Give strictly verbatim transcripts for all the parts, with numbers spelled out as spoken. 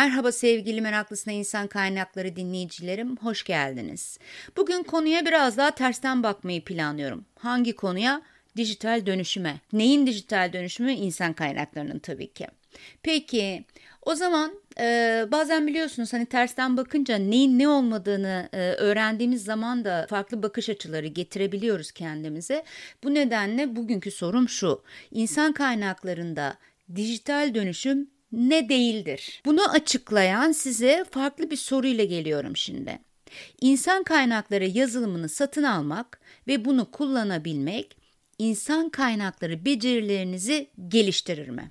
Merhaba sevgili Meraklısına İnsan Kaynakları dinleyicilerim, hoş geldiniz. Bugün konuya biraz daha tersten bakmayı planlıyorum. Hangi konuya? Dijital dönüşüme. Neyin dijital dönüşümü? İnsan kaynaklarının tabii ki. Peki, o zaman e, bazen biliyorsunuz hani tersten bakınca neyin ne olmadığını e, öğrendiğimiz zaman da farklı bakış açıları getirebiliyoruz kendimize. Bu nedenle bugünkü sorum şu: İnsan kaynaklarında dijital dönüşüm ne değildir? Bunu açıklayan size farklı bir soruyla geliyorum şimdi. İnsan kaynakları yazılımını satın almak ve bunu kullanabilmek insan kaynakları becerilerinizi geliştirir mi?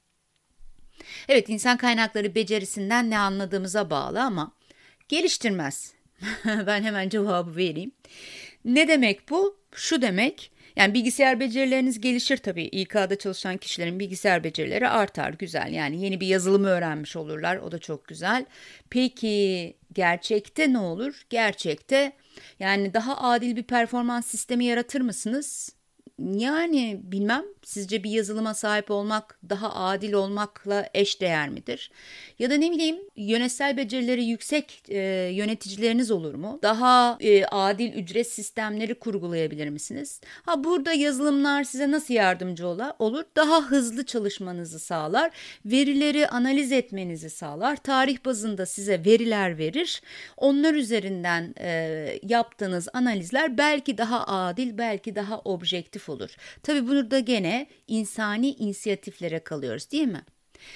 Evet, insan kaynakları becerisinden ne anladığımıza bağlı ama geliştirmez. Ben hemen cevabı vereyim. Ne demek bu? Şu demek, yani bilgisayar becerileriniz gelişir tabii. İK'da çalışan kişilerin bilgisayar becerileri artar, güzel. Yani yeni bir yazılımı öğrenmiş olurlar, o da çok güzel. Peki gerçekte ne olur? Gerçekte yani daha adil bir performans sistemi yaratır mısınız? Yani bilmem, sizce bir yazılıma sahip olmak daha adil olmakla eşdeğer midir? Ya da ne bileyim, yönetsel becerileri yüksek e, yöneticileriniz olur mu? Daha e, adil ücret sistemleri kurgulayabilir misiniz? Ha, burada yazılımlar size nasıl yardımcı ola, olur? Daha hızlı çalışmanızı sağlar, verileri analiz etmenizi sağlar, tarih bazında size veriler verir. Onlar üzerinden e, yaptığınız analizler belki daha adil, belki daha objektif olur. Tabii burada gene insani inisiyatiflere kalıyoruz, değil mi?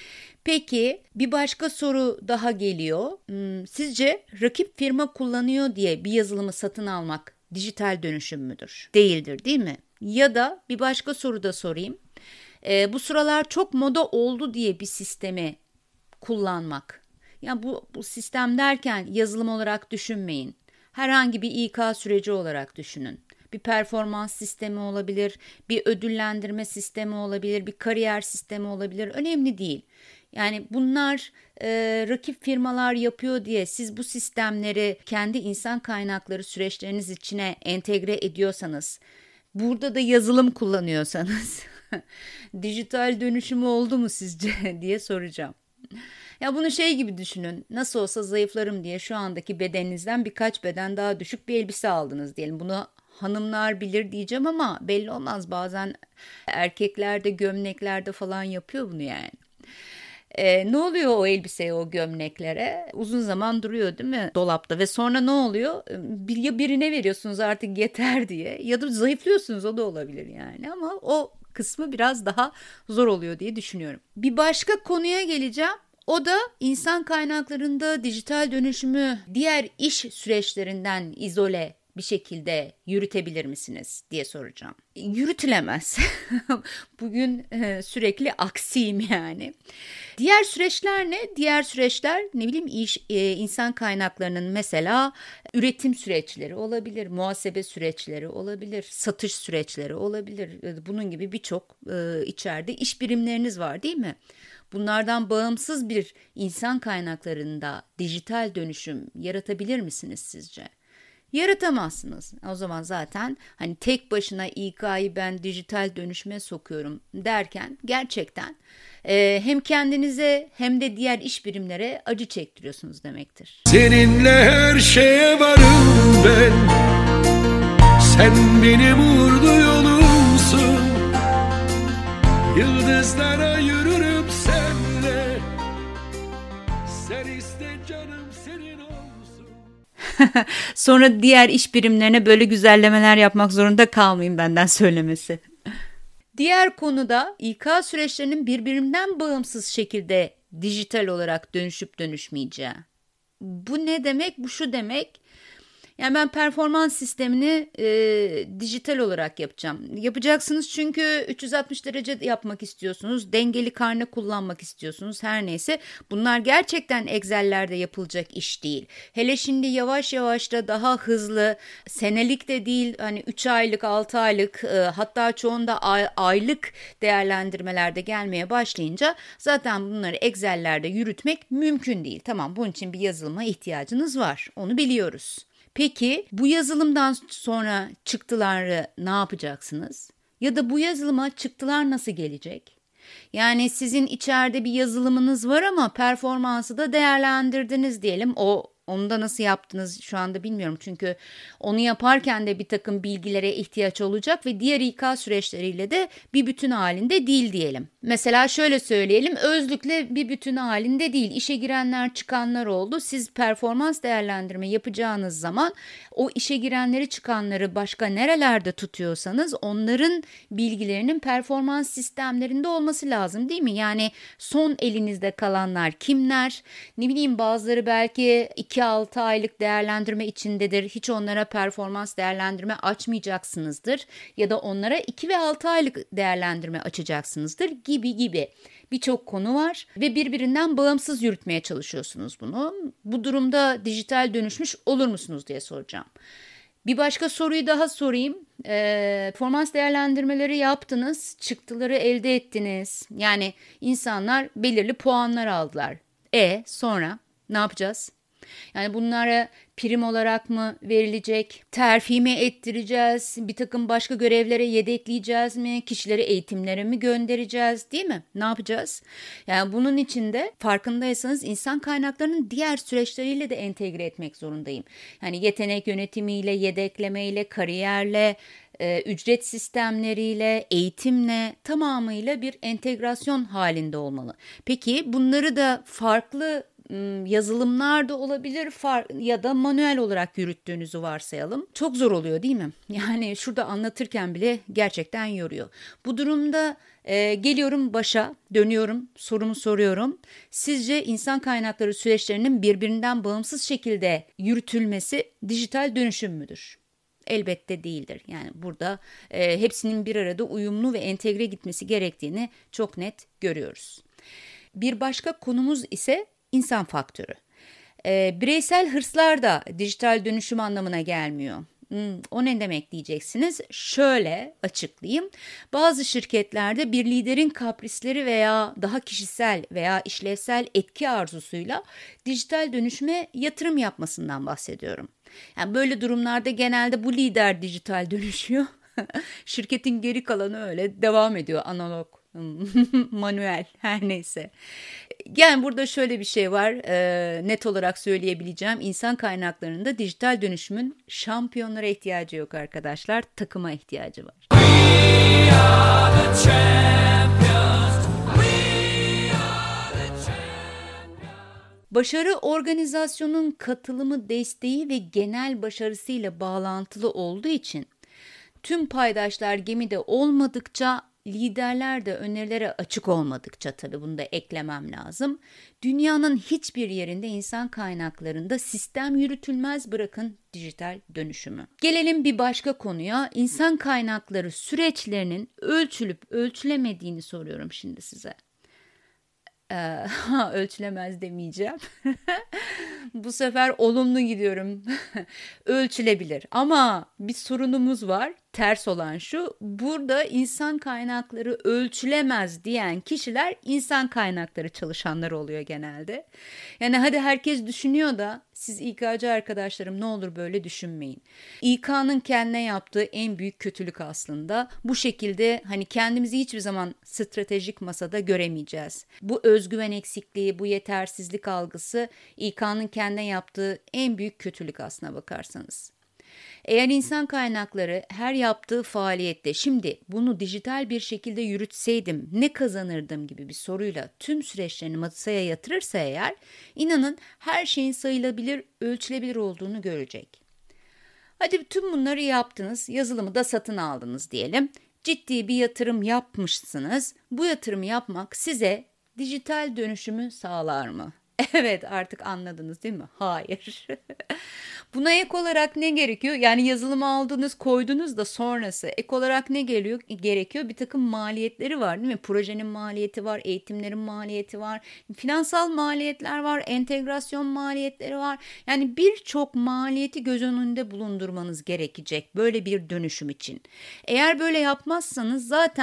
Peki bir başka soru daha geliyor. Hmm, sizce rakip firma kullanıyor diye bir yazılımı satın almak dijital dönüşüm müdür? Değildir, değil mi? Ya da bir başka soru da sorayım. Ee, bu sıralar çok moda oldu diye bir sistemi kullanmak. Yani bu, bu sistem derken yazılım olarak düşünmeyin. Herhangi bir İK süreci olarak düşünün. Bir performans sistemi olabilir, bir ödüllendirme sistemi olabilir, bir kariyer sistemi olabilir. Önemli değil. Yani bunlar e, rakip firmalar yapıyor diye siz bu sistemleri kendi insan kaynakları süreçleriniz içine entegre ediyorsanız, burada da yazılım kullanıyorsanız dijital dönüşümü oldu mu sizce diye soracağım. Ya bunu şey gibi düşünün. Nasıl olsa zayıflarım diye şu andaki bedeninizden birkaç beden daha düşük bir elbise aldınız diyelim. Bunu hanımlar bilir diyeceğim ama belli olmaz. Bazen erkekler de gömleklerde falan yapıyor bunu yani. Ee, ne oluyor o elbiseye, o gömleklere? Uzun zaman duruyor değil mi dolapta ve sonra ne oluyor? Bir, ya birine veriyorsunuz artık yeter diye, ya da zayıflıyorsunuz, o da olabilir yani, ama o kısmı biraz daha zor oluyor diye düşünüyorum. Bir başka konuya geleceğim. O da insan kaynaklarında dijital dönüşümü diğer iş süreçlerinden izole bir şekilde yürütebilir misiniz diye soracağım. Yürütülemez. Bugün e, sürekli aksiyim yani. Diğer süreçler ne? Diğer süreçler ne bileyim iş, e, insan kaynaklarının mesela üretim süreçleri olabilir, muhasebe süreçleri olabilir, satış süreçleri olabilir. Bunun gibi birçok e, içeride iş birimleriniz var, değil mi? Bunlardan bağımsız bir insan kaynaklarında dijital dönüşüm yaratabilir misiniz sizce? Yaratamazsınız. O zaman zaten hani tek başına İK'yı ben dijital dönüşüme sokuyorum derken gerçekten e, hem kendinize hem de diğer iş birimlere acı çektiriyorsunuz demektir. Seninle her şeye varım ben, sen benim uğurlu yolumsun, yıldızlara yürürüm senle, sen iste canım senin olsun. Sonra diğer iş birimlerine böyle güzellemeler yapmak zorunda kalmayayım benden söylemesi. Diğer konuda İK süreçlerinin birbirinden bağımsız şekilde dijital olarak dönüşüp dönüşmeyeceği. Bu ne demek? Bu şu demek. Yani ben performans sistemini e, dijital olarak yapacağım. Yapacaksınız çünkü üç yüz altmış derece yapmak istiyorsunuz. Dengeli karne kullanmak istiyorsunuz. Her neyse, bunlar gerçekten Excel'lerde yapılacak iş değil. Hele şimdi yavaş yavaş da daha hızlı, senelik de değil, hani üç aylık, altı aylık, e, hatta çoğunda ay, aylık değerlendirmelerde gelmeye başlayınca zaten bunları Excel'lerde yürütmek mümkün değil. Tamam, bunun için bir yazılıma ihtiyacınız var. Onu biliyoruz. Peki bu yazılımdan sonra çıktıları ne yapacaksınız? Ya da bu yazılıma çıktılar nasıl gelecek? Yani sizin içeride bir yazılımınız var ama performansı da değerlendirdiniz diyelim. O Onu da nasıl yaptınız şu anda bilmiyorum. Çünkü onu yaparken de bir takım bilgilere ihtiyaç olacak ve diğer İK süreçleriyle de bir bütün halinde değil diyelim. Mesela şöyle söyleyelim, özlükle bir bütün halinde değil. İşe girenler çıkanlar oldu. Siz performans değerlendirme yapacağınız zaman o işe girenleri çıkanları başka nerelerde tutuyorsanız onların bilgilerinin performans sistemlerinde olması lazım değil mi? Yani son elinizde kalanlar kimler? Ne bileyim, bazıları belki iki altı aylık değerlendirme içindedir. Hiç onlara performans değerlendirme açmayacaksınızdır. Ya da onlara iki ve altı aylık değerlendirme açacaksınızdır gibi gibi. Birçok konu var ve birbirinden bağımsız yürütmeye çalışıyorsunuz bunu. Bu durumda dijital dönüşmüş olur musunuz diye soracağım. Bir başka soruyu daha sorayım. E, performans değerlendirmeleri yaptınız, çıktıları elde ettiniz. Yani insanlar belirli puanlar aldılar. E sonra ne yapacağız? Yani bunlara prim olarak mı verilecek, terfi mi ettireceğiz, bir takım başka görevlere yedekleyeceğiz mi, kişileri eğitimlere mi göndereceğiz, değil mi? Ne yapacağız? Yani bunun için de farkındaysanız insan kaynaklarının diğer süreçleriyle de entegre etmek zorundayım. Yani yetenek yönetimiyle, yedeklemeyle, kariyerle, e, ücret sistemleriyle, eğitimle tamamıyla bir entegrasyon halinde olmalı. Peki bunları da farklı yazılımlar da olabilir ya da manuel olarak yürüttüğünüzü varsayalım. Çok zor oluyor değil mi? Yani şurada anlatırken bile gerçekten yoruyor. Bu durumda e, geliyorum başa, dönüyorum, sorumu soruyorum. Sizce insan kaynakları süreçlerinin birbirinden bağımsız şekilde yürütülmesi dijital dönüşüm müdür? Elbette değildir. Yani burada e, hepsinin bir arada uyumlu ve entegre gitmesi gerektiğini çok net görüyoruz. Bir başka konumuz ise İnsan faktörü. E, bireysel hırslar da dijital dönüşüm anlamına gelmiyor. Hmm, o ne demek diyeceksiniz? Şöyle açıklayayım. Bazı şirketlerde bir liderin kaprisleri veya daha kişisel veya işlevsel etki arzusuyla dijital dönüşüme yatırım yapmasından bahsediyorum. Yani böyle durumlarda genelde bu lider dijital dönüşüyor. Şirketin geri kalanı öyle devam ediyor, analog. Manuel, her neyse. Yani burada şöyle bir şey var, e, net olarak söyleyebileceğim. İnsan kaynaklarında dijital dönüşümün şampiyonlara ihtiyacı yok arkadaşlar, takıma ihtiyacı var. We are the champions. We are the champions. Başarı organizasyonun katılımı, desteği ve genel başarısıyla bağlantılı olduğu için tüm paydaşlar gemide olmadıkça, liderler de önerilere açık olmadıkça, tabii bunu da eklemem lazım, dünyanın hiçbir yerinde insan kaynaklarında sistem yürütülmez, bırakın dijital dönüşümü. Gelelim bir başka konuya. İnsan kaynakları süreçlerinin ölçülüp ölçülemediğini soruyorum şimdi size. Ee, ölçülemez demeyeceğim. Bu sefer olumlu gidiyorum. Ölçülebilir ama bir sorunumuz var. Ters olan şu: burada insan kaynakları ölçülemez diyen kişiler insan kaynakları çalışanları oluyor genelde. Yani hadi herkes düşünüyor da siz İK'cı arkadaşlarım ne olur böyle düşünmeyin. İK'nın kendine yaptığı en büyük kötülük aslında. Bu şekilde hani kendimizi hiçbir zaman stratejik masada göremeyeceğiz. Bu özgüven eksikliği, bu yetersizlik algısı İK'nın kendine yaptığı en büyük kötülük aslına bakarsanız. Eğer insan kaynakları her yaptığı faaliyette şimdi bunu dijital bir şekilde yürütseydim ne kazanırdım gibi bir soruyla tüm süreçlerini masaya yatırırsa eğer, inanın her şeyin sayılabilir, ölçülebilir olduğunu görecek. Hadi tüm bunları yaptınız, yazılımı da satın aldınız diyelim. Ciddi bir yatırım yapmışsınız. Bu yatırımı yapmak size dijital dönüşümü sağlar mı? Evet, artık anladınız değil mi? Hayır. Buna ek olarak ne gerekiyor? Yani yazılımı aldınız, koydunuz da sonrası ek olarak ne geliyor? Gerekiyor? Bir takım maliyetleri var değil mi? Projenin maliyeti var, eğitimlerin maliyeti var, finansal maliyetler var, entegrasyon maliyetleri var. Yani birçok maliyeti göz önünde bulundurmanız gerekecek böyle bir dönüşüm için. Eğer böyle yapmazsanız zaten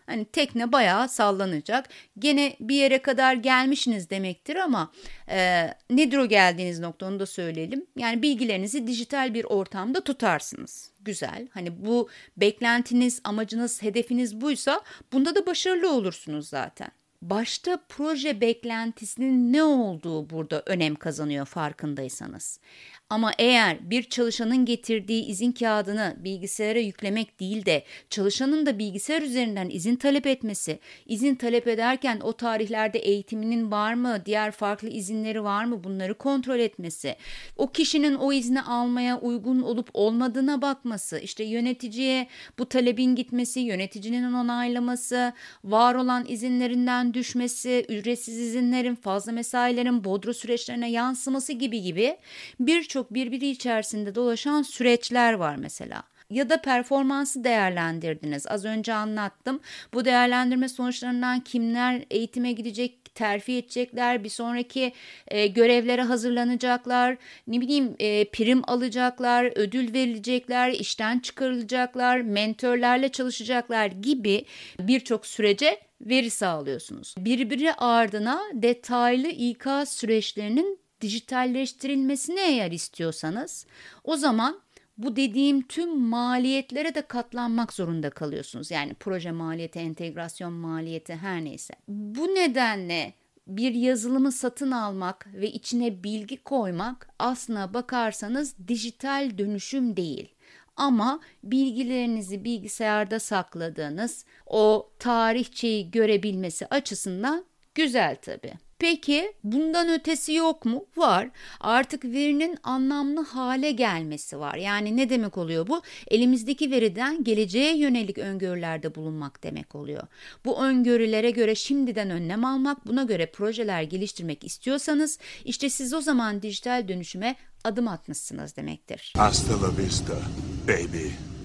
Hani tekne bayağı sallanacak. Gene bir yere kadar gelmişsiniz demektir ama e, nedir o geldiğiniz nokta, onu da söyleyelim. Yani bilgilerinizi dijital bir ortamda tutarsınız. Güzel. Hani bu beklentiniz, amacınız, hedefiniz buysa bunda da başarılı olursunuz zaten. Başta proje beklentisinin ne olduğu burada önem kazanıyor farkındaysanız. Ama eğer bir çalışanın getirdiği izin kağıdını bilgisayara yüklemek değil de çalışanın da bilgisayar üzerinden izin talep etmesi, izin talep ederken o tarihlerde eğitiminin var mı, diğer farklı izinleri var mı, bunları kontrol etmesi, o kişinin o izni almaya uygun olup olmadığına bakması, işte yöneticiye bu talebin gitmesi, yöneticinin onaylaması, var olan izinlerinden düşmesi, ücretsiz izinlerin, fazla mesailerin bodro süreçlerine yansıması gibi gibi birçok birbiri içerisinde dolaşan süreçler var mesela. Ya da performansı değerlendirdiniz. Az önce anlattım. Bu değerlendirme sonuçlarından kimler eğitime gidecek, terfi edecekler, bir sonraki e, görevlere hazırlanacaklar, ne bileyim e, prim alacaklar, ödül verilecekler, işten çıkarılacaklar, mentörlerle çalışacaklar gibi birçok sürece veri sağlıyorsunuz. Birbiri ardına detaylı İK süreçlerinin dijitalleştirilmesini eğer istiyorsanız o zaman bu dediğim tüm maliyetlere de katlanmak zorunda kalıyorsunuz. Yani proje maliyeti, entegrasyon maliyeti, her neyse. Bu nedenle bir yazılımı satın almak ve içine bilgi koymak aslına bakarsanız dijital dönüşüm değil. Ama bilgilerinizi bilgisayarda sakladığınız o tarihçeyi görebilmesi açısından güzel tabii. Peki bundan ötesi yok mu? Var. Artık verinin anlamlı hale gelmesi var. Yani ne demek oluyor bu? Elimizdeki veriden geleceğe yönelik öngörülerde bulunmak demek oluyor. Bu öngörülere göre şimdiden önlem almak, buna göre projeler geliştirmek istiyorsanız işte siz o zaman dijital dönüşüme adım atmışsınız demektir. Hasta la vista, baby.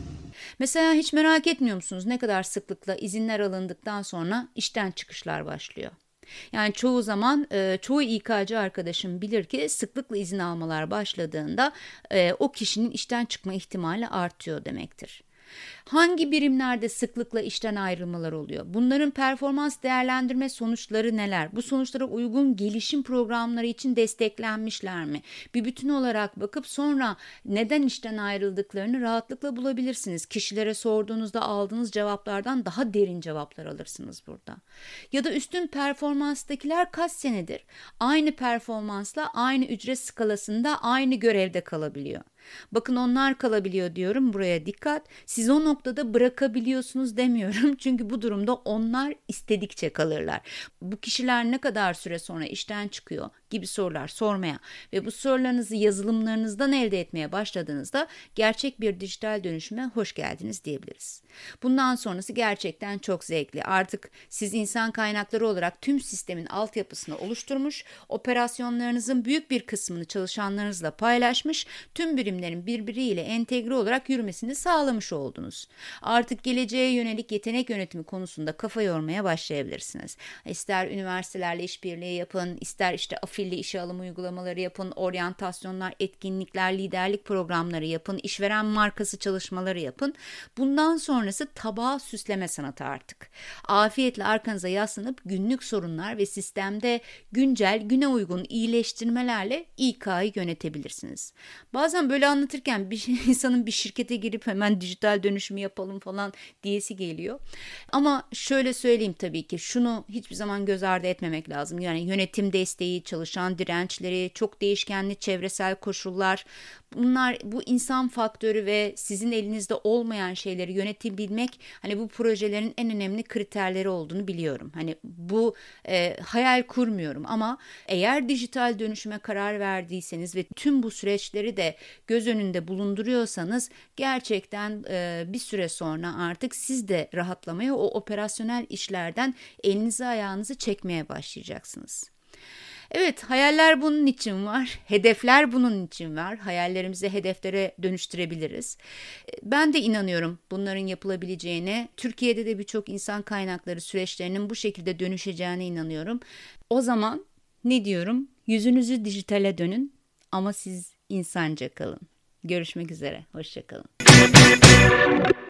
Mesela hiç merak etmiyor musunuz ne kadar sıklıkla izinler alındıktan sonra işten çıkışlar başlıyor? Yani çoğu zaman e, çoğu İK'cı arkadaşım bilir ki sıklıkla izin almalar başladığında e, o kişinin işten çıkma ihtimali artıyor demektir. Hangi birimlerde sıklıkla işten ayrılmalar oluyor? Bunların performans değerlendirme sonuçları neler? Bu sonuçlara uygun gelişim programları için desteklenmişler mi? Bir bütün olarak bakıp sonra neden işten ayrıldıklarını rahatlıkla bulabilirsiniz. Kişilere sorduğunuzda aldığınız cevaplardan daha derin cevaplar alırsınız burada. Ya da üstün performanstakiler kaç senedir aynı performansla aynı ücret skalasında aynı görevde kalabiliyor? Bakın onlar kalabiliyor diyorum, buraya dikkat. Siz o noktada bırakabiliyorsunuz demiyorum. Çünkü bu durumda onlar istedikçe kalırlar. Bu kişiler ne kadar süre sonra işten çıkıyor gibi sorular sormaya ve bu sorularınızı yazılımlarınızdan elde etmeye başladığınızda gerçek bir dijital dönüşüme hoş geldiniz diyebiliriz. Bundan sonrası gerçekten çok zevkli. Artık siz insan kaynakları olarak tüm sistemin altyapısını oluşturmuş, operasyonlarınızın büyük bir kısmını çalışanlarınızla paylaşmış, tüm birimlerin birbiriyle entegre olarak yürümesini sağlamış oldunuz. Artık geleceğe yönelik yetenek yönetimi konusunda kafa yormaya başlayabilirsiniz. İster üniversitelerle işbirliği yapın, ister işte afilli işe alım uygulamaları yapın, oryantasyonlar, etkinlikler, liderlik programları yapın, işveren markası çalışmaları yapın. Bundan sonrası tabağı süsleme sanatı artık. Afiyetle arkanıza yaslanıp günlük sorunlar ve sistemde güncel, güne uygun iyileştirmelerle İK'yı yönetebilirsiniz. Bazen böyle anlatırken bir insanın bir şirkete girip hemen dijital dönüşümü yapalım falan diyesi geliyor. Ama şöyle söyleyeyim, tabii ki şunu hiçbir zaman göz ardı etmemek lazım. Yani yönetim desteği, çalışan dirençleri, çok değişkenli çevresel koşullar, bunlar, bu insan faktörü ve sizin elinizde olmayan şeyleri yönetebilmek, hani bu projelerin en önemli kriterleri olduğunu biliyorum. Hani bu e, hayal kurmuyorum ama eğer dijital dönüşüme karar verdiyseniz ve tüm bu süreçleri de göz önünde bulunduruyorsanız gerçekten e, bir süre sonra artık siz de rahatlamaya, o operasyonel işlerden elinizi ayağınızı çekmeye başlayacaksınız. Evet, hayaller bunun için var, hedefler bunun için var. Hayallerimizi hedeflere dönüştürebiliriz. Ben de inanıyorum bunların yapılabileceğine. Türkiye'de de birçok insan kaynakları süreçlerinin bu şekilde dönüşeceğine inanıyorum. O zaman ne diyorum? Yüzünüzü dijitale dönün ama siz insanca kalın. Görüşmek üzere, hoşça kalın.